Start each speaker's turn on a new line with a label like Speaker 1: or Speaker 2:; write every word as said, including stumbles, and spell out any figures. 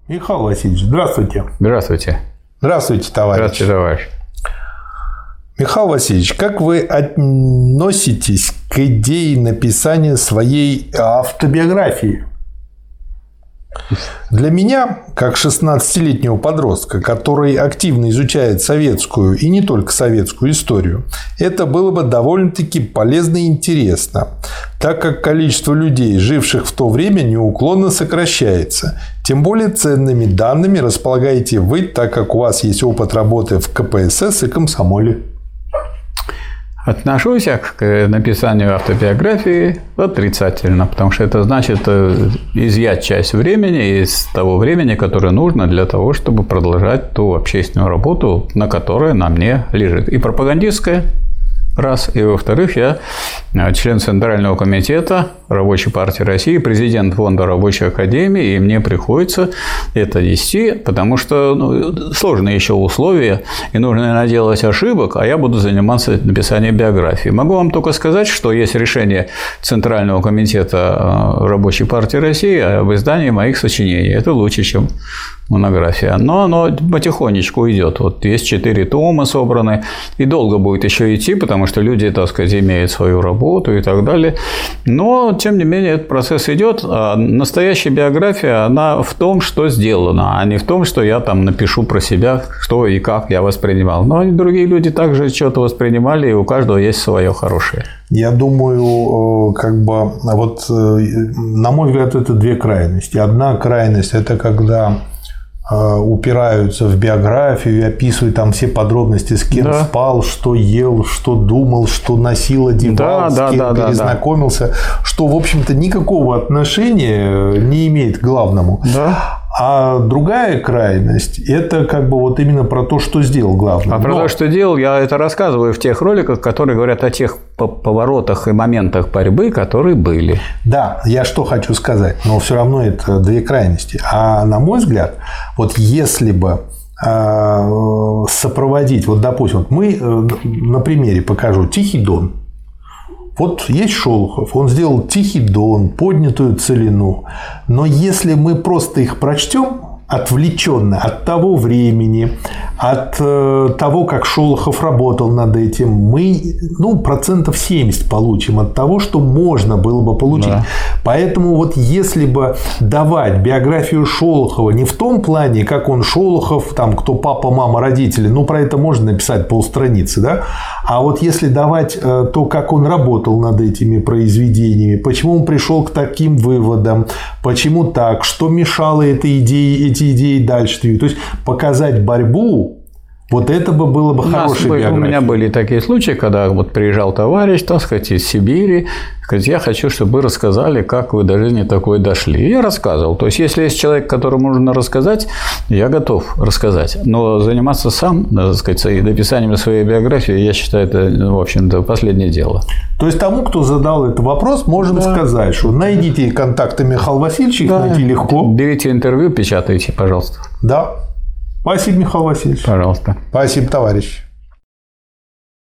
Speaker 1: Михаил Васильевич, здравствуйте.
Speaker 2: Здравствуйте.
Speaker 1: Здравствуйте, товарищ.
Speaker 2: Здравствуйте, товарищ.
Speaker 1: Михаил Васильевич, как вы относитесь к идее написания своей автобиографии? Для меня, как шестнадцатилетнего подростка, который активно изучает советскую и не только советскую историю, это было бы довольно-таки полезно и интересно, так как количество людей, живших в то время, неуклонно сокращается. Тем более ценными данными располагаете вы, так как у вас есть опыт работы в ка пэ эс эс и комсомоле.
Speaker 2: Отношусь я к написанию автобиографии отрицательно, потому что это значит изъять часть времени из того времени, которое нужно для того, чтобы продолжать ту общественную работу, на которой на мне лежит. И пропагандистская, раз. И, во-вторых, я член Центрального комитета Рабочей партии России, президент Фонда Рабочей академии, и мне приходится это нести, потому что ну, сложные еще условия, и нужно наделать ошибок, а я буду заниматься написанием биографии. Могу вам только сказать, что есть решение Центрального комитета Рабочей партии России об издании моих сочинений. Это лучше, чем монография. Но оно потихонечку идет. Вот есть четыре тома собраны, и долго будет еще идти, потому что люди, так сказать, имеют свою работу и так далее. Но, тем не менее, этот процесс идет. А настоящая биография, она в том, что сделано, а не в том, что я там напишу про себя, что и как я воспринимал. Но и другие люди также что-то воспринимали, и у каждого есть свое хорошее.
Speaker 1: Я думаю, как бы, вот, на мой взгляд, это две крайности. Одна крайность – это когда упираются в биографию и описывают там все подробности, с кем да. спал, что ел, что думал, что носил, одевал, да, с кем да, да, перезнакомился, да. что, в общем-то, никакого отношения не имеет к главному. Да. А другая крайность – это как бы вот именно про то, что сделал главное.
Speaker 2: А про
Speaker 1: Но...
Speaker 2: то, что делал, я это рассказываю в тех роликах, которые говорят о тех поворотах и моментах борьбы, которые были.
Speaker 1: Да, я что хочу сказать, но все равно это две крайности. А на мой взгляд, вот если бы сопроводить, вот допустим, вот мы на примере покажу «Тихий Дон». Вот есть Шолохов, он сделал «Тихий Дон», «Поднятую целину». Но если мы просто их прочтем отвлеченно от того времени, от того, как Шолохов работал над этим, мы ну, процентов семьдесят получим от того, что можно было бы получить. Да. Поэтому вот если бы давать биографию Шолохова не в том плане, как он Шолохов, там, кто папа, мама, родители, ну, про это можно написать полстраницы, да? А вот если давать то, как он работал над этими произведениями, почему он пришел к таким выводам, почему так, что мешало этой идее, эти идеи дальше двигать, то есть показать борьбу. Вот это бы было бы хорошей биографией.
Speaker 2: У меня были такие случаи, когда вот приезжал товарищ, так сказать, из Сибири, сказать, я хочу, чтобы вы рассказали, как вы до жизни такой дошли. И я рассказывал. То есть, если есть человек, которому нужно рассказать, я готов рассказать. Но заниматься сам, так сказать, написанием своей биографии, я считаю, это, в общем-то, последнее дело.
Speaker 1: То есть, тому, кто задал этот вопрос, можем да. сказать, что найдите контакты Михаила Васильевича, их да. найти легко.
Speaker 2: Берите интервью, печатайте, пожалуйста.
Speaker 1: Да. Спасибо, Михаил Васильевич.
Speaker 2: Пожалуйста.
Speaker 1: Спасибо, товарищ.